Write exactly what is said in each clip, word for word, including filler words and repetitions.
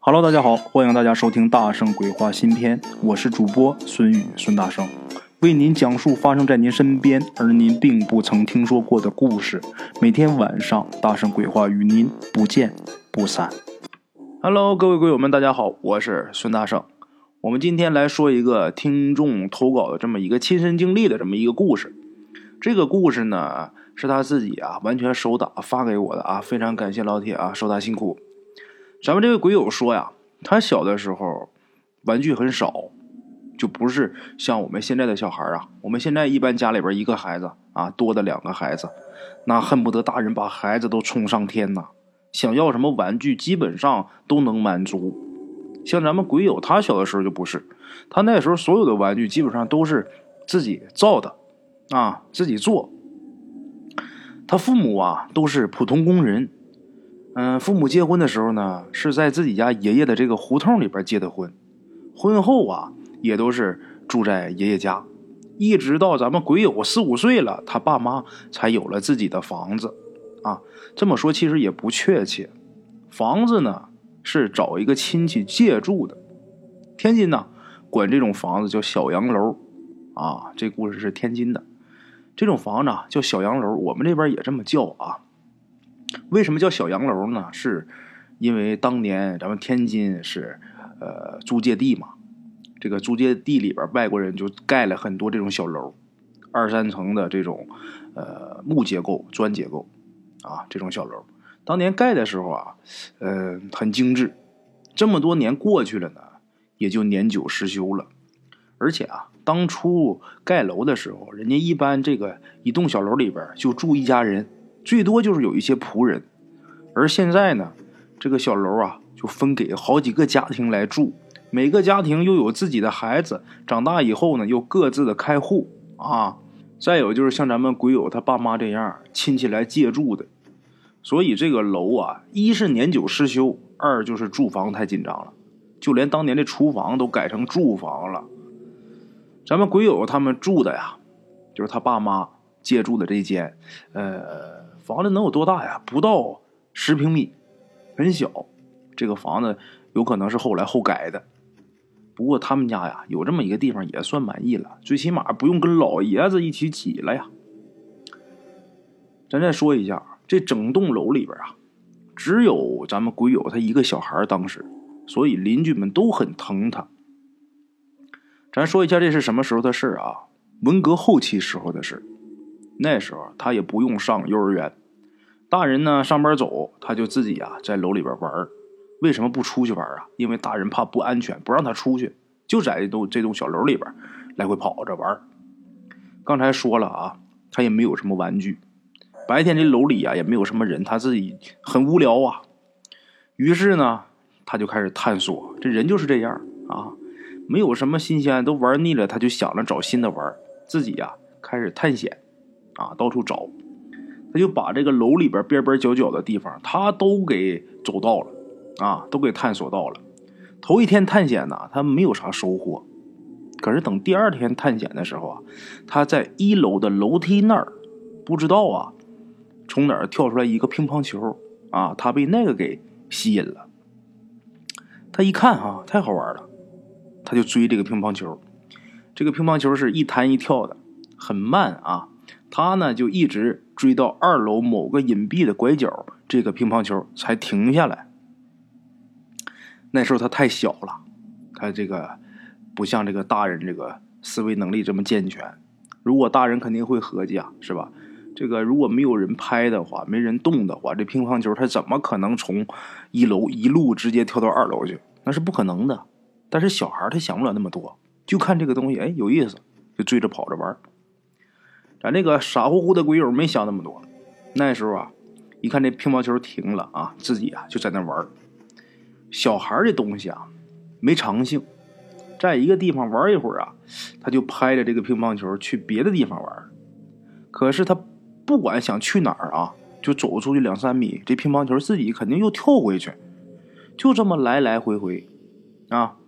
Hello， 大家好，欢迎大家收听大圣鬼话新篇，我是主播孙宇孙大圣，为您讲述发生在您身边而您并不曾听说过的故事。每天晚上大圣鬼话与您不见不散。Hello， 各位鬼友们，大家好，我是孙大圣。我们今天来说一个听众投稿的这么一个亲身经历的这么一个故事。这个故事呢，是他自己啊完全手打发给我的啊，非常感谢老铁啊，手打辛苦。咱们这位鬼友说呀，他小的时候玩具很少，就不是像我们现在的小孩啊。我们现在一般家里边一个孩子啊，多的两个孩子，那恨不得大人把孩子都冲上天呐，想要什么玩具基本上都能满足。像咱们鬼友他小的时候就不是，他那时候所有的玩具基本上都是自己造的啊，自己做。他父母啊都是普通工人。嗯，父母结婚的时候呢，是在自己家爷爷的这个胡同里边结的婚，婚后啊，也都是住在爷爷家，一直到咱们鬼友四五岁了，他爸妈才有了自己的房子啊。这么说其实也不确切，房子呢是找一个亲戚借住的。天津呢管这种房子叫小洋楼啊，这故事是天津的。这种房子啊叫小洋楼，我们这边也这么叫啊。为什么叫小洋楼呢？是因为当年咱们天津是呃租界地嘛，这个租界地里边外国人就盖了很多这种小楼，二三层的这种呃木结构、砖结构啊，这种小楼。当年盖的时候啊，呃很精致。这么多年过去了呢，也就年久失修了。而且啊，当初盖楼的时候，人家一般这个一栋小楼里边就住一家人。最多就是有一些仆人，而现在呢，这个小楼啊就分给好几个家庭来住，每个家庭又有自己的孩子，长大以后呢又各自的开户啊。再有就是像咱们鬼友他爸妈这样亲戚来借住的，所以这个楼啊，一是年久失修，二就是住房太紧张了，就连当年的厨房都改成住房了。咱们鬼友他们住的呀，就是他爸妈借住的这间，呃。房子能有多大呀？不到十平米，很小。这个房子有可能是后来后改的。不过他们家呀有这么一个地方也算满意了，最起码不用跟老爷子一起挤了呀。咱再说一下，这整栋楼里边啊，只有咱们鬼友他一个小孩当时，所以邻居们都很疼他。咱说一下这是什么时候的事啊？文革后期时候的事。那时候他也不用上幼儿园，大人呢上班走，他就自己啊在楼里边玩。为什么不出去玩啊？因为大人怕不安全，不让他出去，就在这栋这栋小楼里边来回跑着玩。刚才说了啊，他也没有什么玩具，白天这楼里啊也没有什么人，他自己很无聊啊。于是呢，他就开始探索，这人就是这样啊，没有什么新鲜，都玩腻了，他就想着找新的玩，自己呀、啊、开始探险。啊，到处找，他就把这个楼里边边边角角的地方，他都给走到了，啊，都给探索到了。头一天探险呢，他没有啥收获，可是等第二天探险的时候啊，他在一楼的楼梯那儿，不知道啊，从哪儿跳出来一个乒乓球，啊，他被那个给吸引了。他一看啊，太好玩了，他就追这个乒乓球。这个乒乓球是一弹一跳的，很慢啊。他呢就一直追到二楼某个隐蔽的拐角，这个乒乓球才停下来。那时候他太小了，他这个不像这个大人这个思维能力这么健全。如果大人肯定会合计啊，是吧？这个如果没有人拍的话，没人动的话，这乒乓球他怎么可能从一楼一路直接跳到二楼去？那是不可能的。但是小孩他想不了那么多，就看这个东西，哎，有意思，就追着跑着玩。咱这个傻乎乎的鬼友没想那么多，那时候啊，一看这乒乓球停了啊，自己啊就在那玩。小孩这东西啊，没长性，在一个地方玩一会儿啊，他就拍着这个乒乓球去别的地方玩。可是他不管想去哪儿啊，就走出去两三米，这乒乓球自己肯定又跳回去，就这么来来回回啊。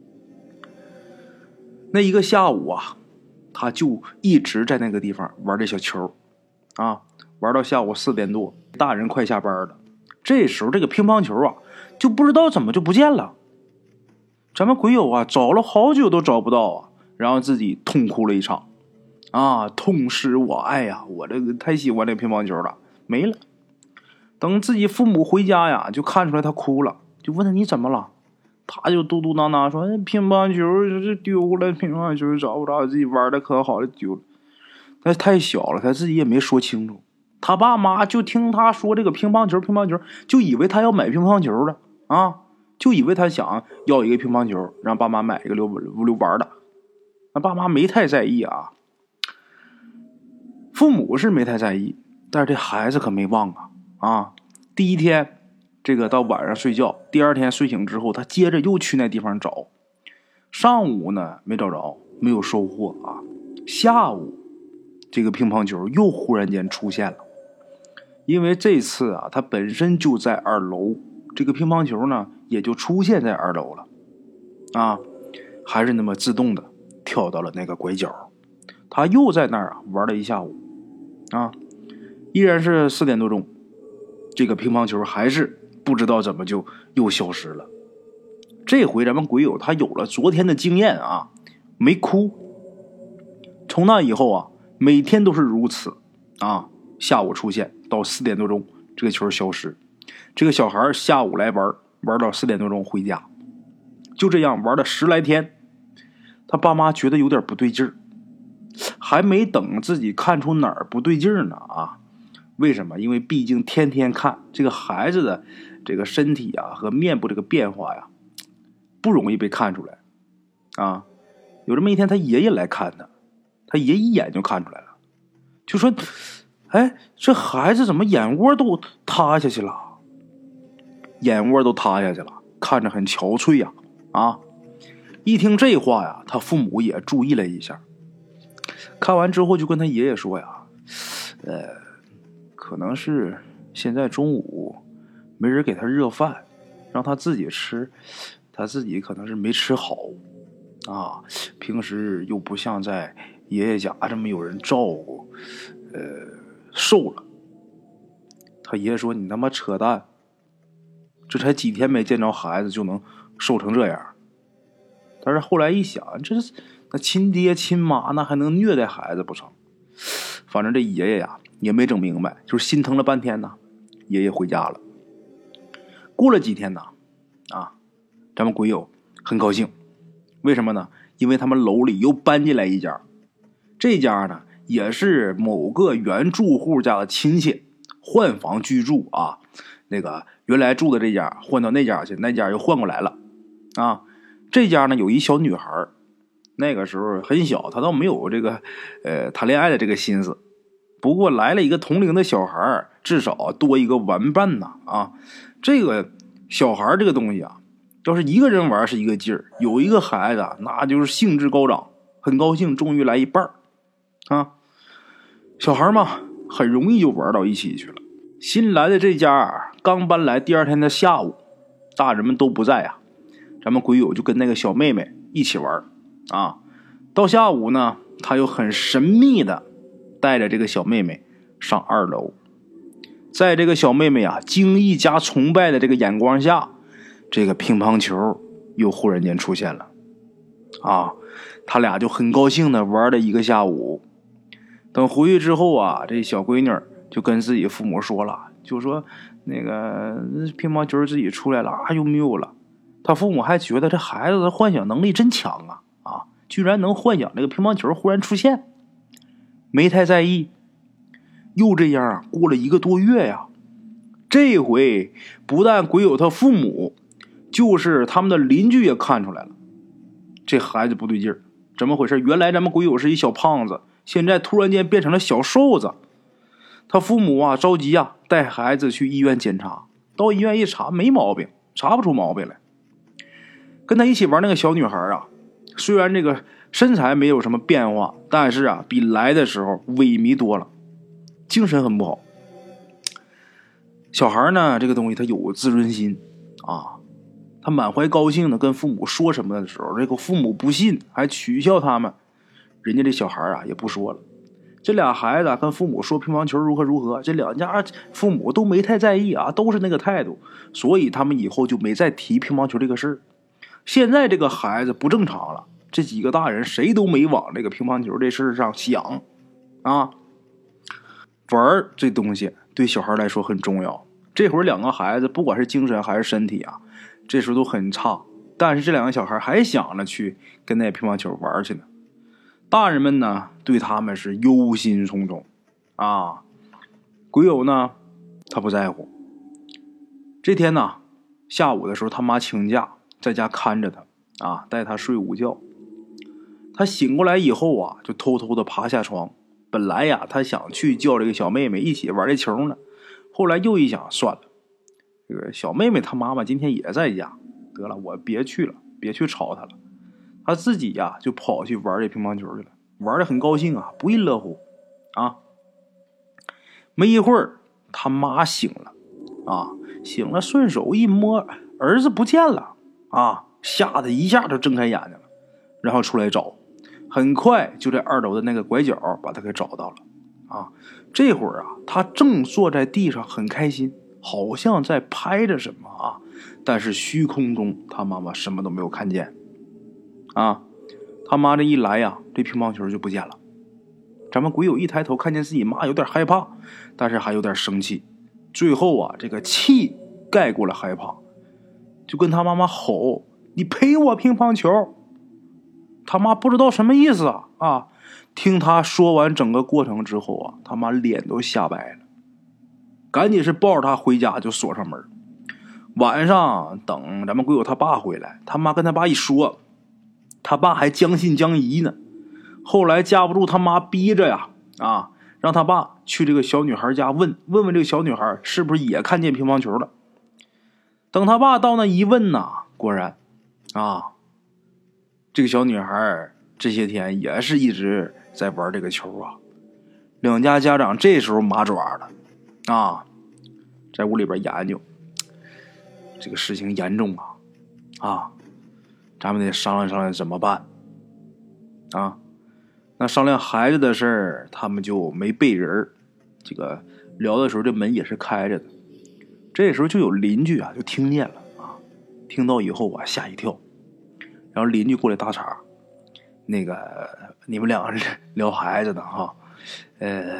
那一个下午啊，他就一直在那个地方玩这小球啊，玩到下午四点多，大人快下班了。这时候这个乒乓球啊就不知道怎么就不见了。咱们鬼友啊找了好久都找不到啊，然后自己痛哭了一场啊，痛失我爱呀，我这个太喜欢这乒乓球了，没了。等自己父母回家呀，就看出来他哭了，就问他你怎么了，他就嘟嘟囔囔说、哎、乒乓球就是丢了，乒乓球找不着，自己玩的可好了丢了。他太小了，他自己也没说清楚，他爸妈就听他说这个乒乓球乒乓球，就以为他要买乒乓球了啊，就以为他想要一个乒乓球，让爸妈买一个溜溜玩的。那爸妈没太在意啊，父母是没太在意，但是这孩子可没忘啊啊！第一天这个到晚上睡觉，第二天睡醒之后，他接着又去那地方找。上午呢没找着，没有收获啊。下午这个乒乓球又忽然间出现了，因为这次啊，它本身就在二楼，这个乒乓球呢也就出现在二楼了啊，还是那么自动的跳到了那个拐角。他又在那儿啊玩了一下午啊，依然是四点多钟，这个乒乓球还是不知道怎么就又消失了。这回咱们鬼友他有了昨天的经验啊，没哭。从那以后啊，每天都是如此啊，下午出现到四点多钟，这个球消失。这个小孩下午来玩，玩到四点多钟回家，就这样玩了十来天。他爸妈觉得有点不对劲儿，还没等自己看出哪儿不对劲儿呢啊！为什么？因为毕竟天天看这个孩子的这个身体啊和面部这个变化呀，不容易被看出来啊。有这么一天，他爷爷来看他，他爷一眼就看出来了，就说：“哎，这孩子怎么眼窝都塌下去了？眼窝都塌下去了，看着很憔悴呀！”啊！一听这话呀，他父母也注意了一下。看完之后就跟他爷爷说呀，呃，可能是现在中午没人给他热饭，让他自己吃，他自己可能是没吃好啊，平时又不像在爷爷家这么有人照顾，呃，瘦了。他爷爷说你他妈扯淡，这才几天没见着孩子就能瘦成这样。但是后来一想，这是那亲爹亲妈那还能虐待孩子不成？反正这爷爷呀也没整明白，就是心疼了半天呢。爷爷回家了。过了几天呢，啊，咱们鬼友很高兴，为什么呢？因为他们楼里又搬进来一家，这家呢也是某个原住户家的亲戚换房居住啊。那个原来住的这家换到那家去，那家又换过来了啊。这家呢有一小女孩，那个时候很小，她倒没有这个呃谈恋爱的这个心思。不过来了一个同龄的小孩，至少多一个玩伴呐啊！这个小孩这个东西啊，要是一个人玩是一个劲儿，有一个孩子那就是兴致高涨，很高兴终于来一半啊！小孩嘛，很容易就玩到一起去了。新来的这家刚搬来第二天的下午，大人们都不在啊。咱们鬼友就跟那个小妹妹一起玩啊，到下午呢，他又很神秘的带着这个小妹妹上二楼。在这个小妹妹啊惊异加崇拜的这个眼光下，这个乒乓球又忽然间出现了啊，他俩就很高兴的玩了一个下午。等回去之后啊，这小闺女就跟自己父母说了，就说那个乒乓球自己出来了啊，又没有了。他父母还觉得这孩子的幻想能力真强啊啊，居然能幻想这个乒乓球忽然出现，没太在意。又这样啊，过了一个多月呀，这回不但鬼友他父母，就是他们的邻居也看出来了，这孩子不对劲儿，怎么回事？原来咱们鬼友是一小胖子，现在突然间变成了小瘦子。他父母啊着急啊，带孩子去医院检查，到医院一查没毛病，查不出毛病来。跟他一起玩那个小女孩啊，虽然这个身材没有什么变化，但是啊比来的时候萎靡多了，精神很不好。小孩呢这个东西他有自尊心啊，他满怀高兴的跟父母说什么的时候，这个父母不信还取笑他们，人家这小孩啊也不说了， 这俩孩子跟父母说乒乓球如何如何，这两家父母都没太在意啊，都是那个态度，所以他们以后就没再提乒乓球这个事儿。现在这个孩子不正常了，这几个大人谁都没往这个乒乓球这事儿上想啊。玩这东西对小孩来说很重要，这会儿两个孩子不管是精神还是身体啊，这时候都很差，但是这两个小孩还想着去跟那乒乓球玩去呢。大人们呢对他们是忧心忡忡啊，鬼友呢他不在乎。这天呢下午的时候，他妈请假在家看着他啊，带他睡午觉。他醒过来以后啊，就偷偷的爬下床。本来呀他想去叫这个小妹妹一起玩这球呢，后来又一想算了，这个小妹妹她妈妈今天也在家，得了我别去了，别去吵她了。他自己呀就跑去玩这乒乓球去了，玩得很高兴啊，不亦乐乎啊。没一会儿他妈醒了啊，醒了顺手一摸，儿子不见了啊，吓得一下就睁开眼睛了，然后出来找，很快就在二楼的那个拐角把他给找到了啊。这会儿啊他正坐在地上很开心，好像在拍着什么啊，但是虚空中他妈妈什么都没有看见啊。他妈这一来呀，这乒乓球就不见了。咱们鬼友一抬头看见自己妈，有点害怕，但是还有点生气。最后啊，这个气盖过了害怕，就跟他妈妈吼：“你赔我乒乓球！”他妈不知道什么意思啊啊！听他说完整个过程之后啊，他妈脸都吓白了，赶紧是抱着他回家就锁上门。晚上等咱们鬼友他爸回来，他妈跟他爸一说，他爸还将信将疑呢。后来架不住他妈逼着呀啊，让他爸去这个小女孩家问问问这个小女孩是不是也看见乒乓球了。等他爸到那一问呢，果然啊，这个小女孩这些天也是一直在玩这个球啊。两家家长这时候麻爪了啊，在屋里边研究这个事情严重啊啊，咱们得商量商量怎么办啊。那商量孩子的事儿，他们就没背人，这个聊的时候这门也是开着的。这时候就有邻居啊就听见了啊，听到以后啊吓一跳，然后邻居过来搭茬，那个你们两个人聊孩子呢哈，呃，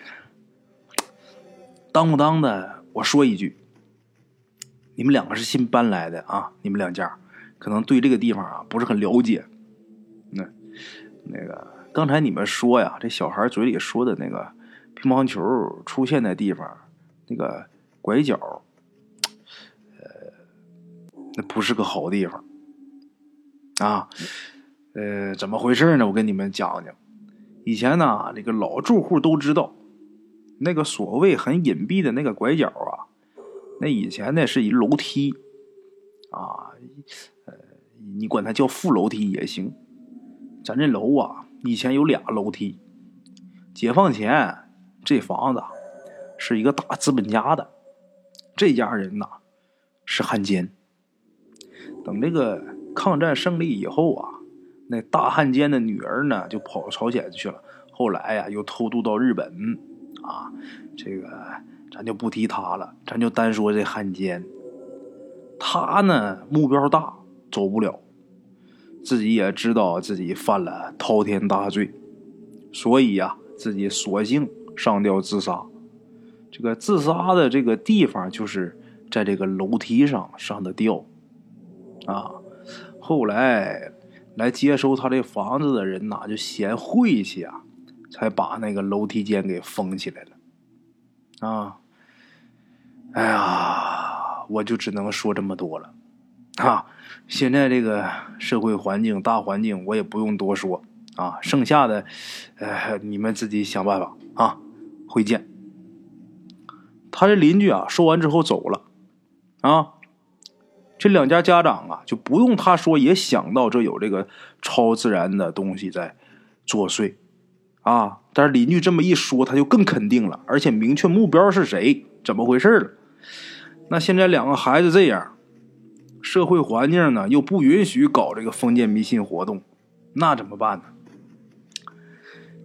当不当的我说一句，你们两个是新搬来的啊，你们两家可能对这个地方啊不是很了解。那那个刚才你们说呀，这小孩嘴里说的那个乒乓球出现的地方，那个拐角，呃，那不是个好地方啊。呃，怎么回事呢？我跟你们讲讲。以前呢，这个老住户都知道，那个所谓很隐蔽的那个拐角啊，那以前呢是一楼梯啊，呃，你管它叫副楼梯也行。咱这楼啊，以前有俩楼梯。解放前这房子是一个大资本家的，这家人呐是汉奸。等这个抗战胜利以后啊，那大汉奸的女儿呢就跑朝鲜去了，后来呀、啊、又偷渡到日本啊。这个咱就不提他了，咱就单说这汉奸。他呢目标大，走不了，自己也知道自己犯了滔天大罪，所以呀、啊、自己索性上吊自杀。这个自杀的这个地方就是在这个楼梯上上的吊啊。后来来接收他这房子的人呐，就嫌晦气啊，才把那个楼梯间给封起来了啊。哎呀，我就只能说这么多了啊。现在这个社会环境大环境我也不用多说啊，剩下的呃你们自己想办法啊。会见。他这邻居啊说完之后走了啊。这两家家长啊就不用他说也想到这有这个超自然的东西在作祟啊。但是邻居这么一说他就更肯定了，而且明确目标是谁怎么回事了。那现在两个孩子这样，社会环境呢又不允许搞这个封建迷信活动，那怎么办呢？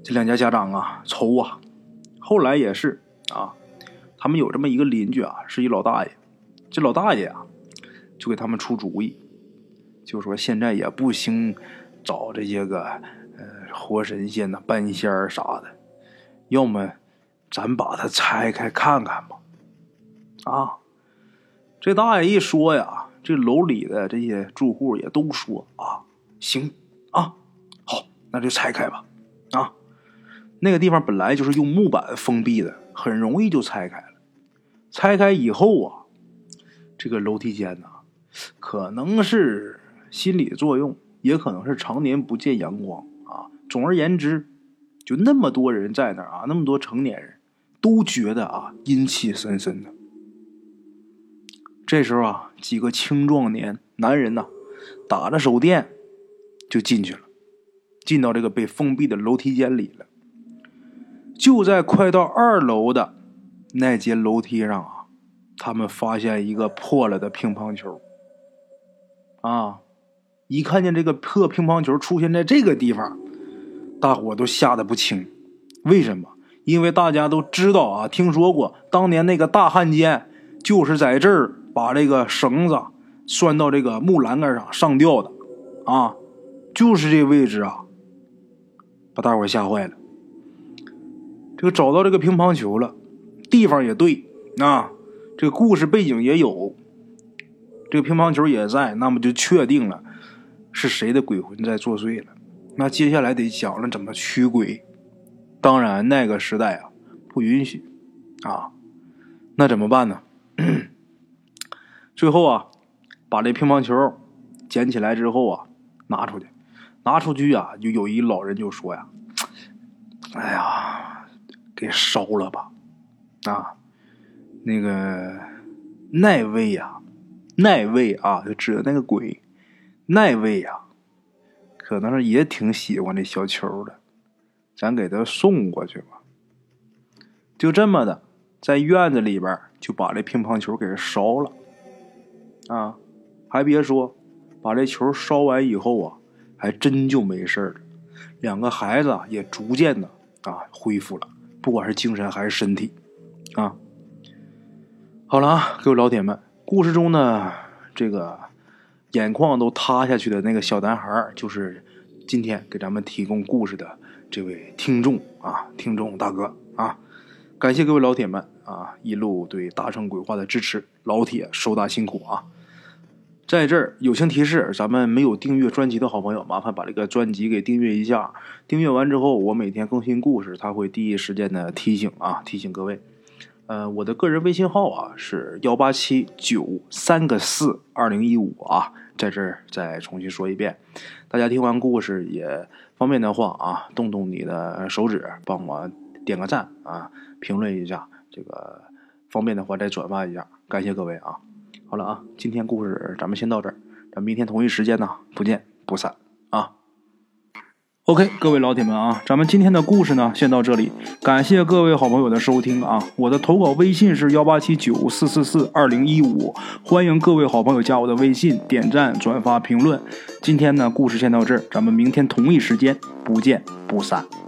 这两家家长啊愁啊。后来也是啊，他们有这么一个邻居啊，是一老大爷。这老大爷啊就给他们出主意，就说现在也不兴找这些个呃活神仙呐、半仙儿啥的，要么咱把它拆开看看吧。啊，这大爷一说呀，这楼里的这些住户也都说啊，行啊，好，那就拆开吧。啊，那个地方本来就是用木板封闭的，很容易就拆开了。拆开以后啊，这个楼梯间呢、啊，可能是心理作用，也可能是常年不见阳光啊。总而言之，就那么多人在那儿啊，那么多成年人都觉得啊阴气森森的。这时候啊，几个青壮年男人呐、啊，打着手电就进去了，进到这个被封闭的楼梯间里了。就在快到二楼的那节楼梯上啊，他们发现一个破了的乒乓球。啊，一看见这个破乒乓球出现在这个地方，大伙都吓得不轻。为什么？因为大家都知道啊，听说过当年那个大汉奸就是在这儿把这个绳子拴到这个木栏杆上上吊的啊，就是这位置啊，把大伙吓坏了。这个找到这个乒乓球了，地方也对啊，这个故事背景也有，这个乒乓球也在，那么就确定了是谁的鬼魂在作祟了。那接下来得讲了怎么驱鬼，当然那个时代啊不允许啊，那怎么办呢？最后啊，把这乒乓球捡起来之后啊，拿出去，拿出去啊，就有一老人就说呀：“哎呀，给烧了吧！啊，那个那位呀，那位啊，就指的那个鬼，那位呀，可能是也挺喜欢这小球的，咱给他送过去吧。”就这么的，在院子里边就把这乒乓球给烧了。啊，还别说，把这球烧完以后啊，还真就没事了。两个孩子啊，也逐渐的啊恢复了，不管是精神还是身体啊。好了啊，各位老铁们，故事中呢，这个眼眶都塌下去的那个小男孩，就是今天给咱们提供故事的这位听众啊，听众大哥啊，感谢各位老铁们啊，一路对大圣鬼话的支持，老铁手打辛苦啊。在这儿友情提示，咱们没有订阅专辑的好朋友，麻烦把这个专辑给订阅一下。订阅完之后，我每天更新故事，它会第一时间的提醒啊，提醒各位。呃，我的个人微信号啊是幺八七九三个四二零一五啊，在这儿再重新说一遍。大家听完故事也方便的话啊，动动你的手指，帮我点个赞啊，评论一下，这个方便的话再转发一下，感谢各位啊。好了啊，今天故事咱们先到这儿，咱们明天同一时间呢不见不散啊。OK， 各位老铁们啊，咱们今天的故事呢先到这里，感谢各位好朋友的收听啊。我的投稿微信是幺八七九四四四二零一五，欢迎各位好朋友加我的微信，点赞转发评论。今天呢故事先到这儿，咱们明天同一时间不见不散。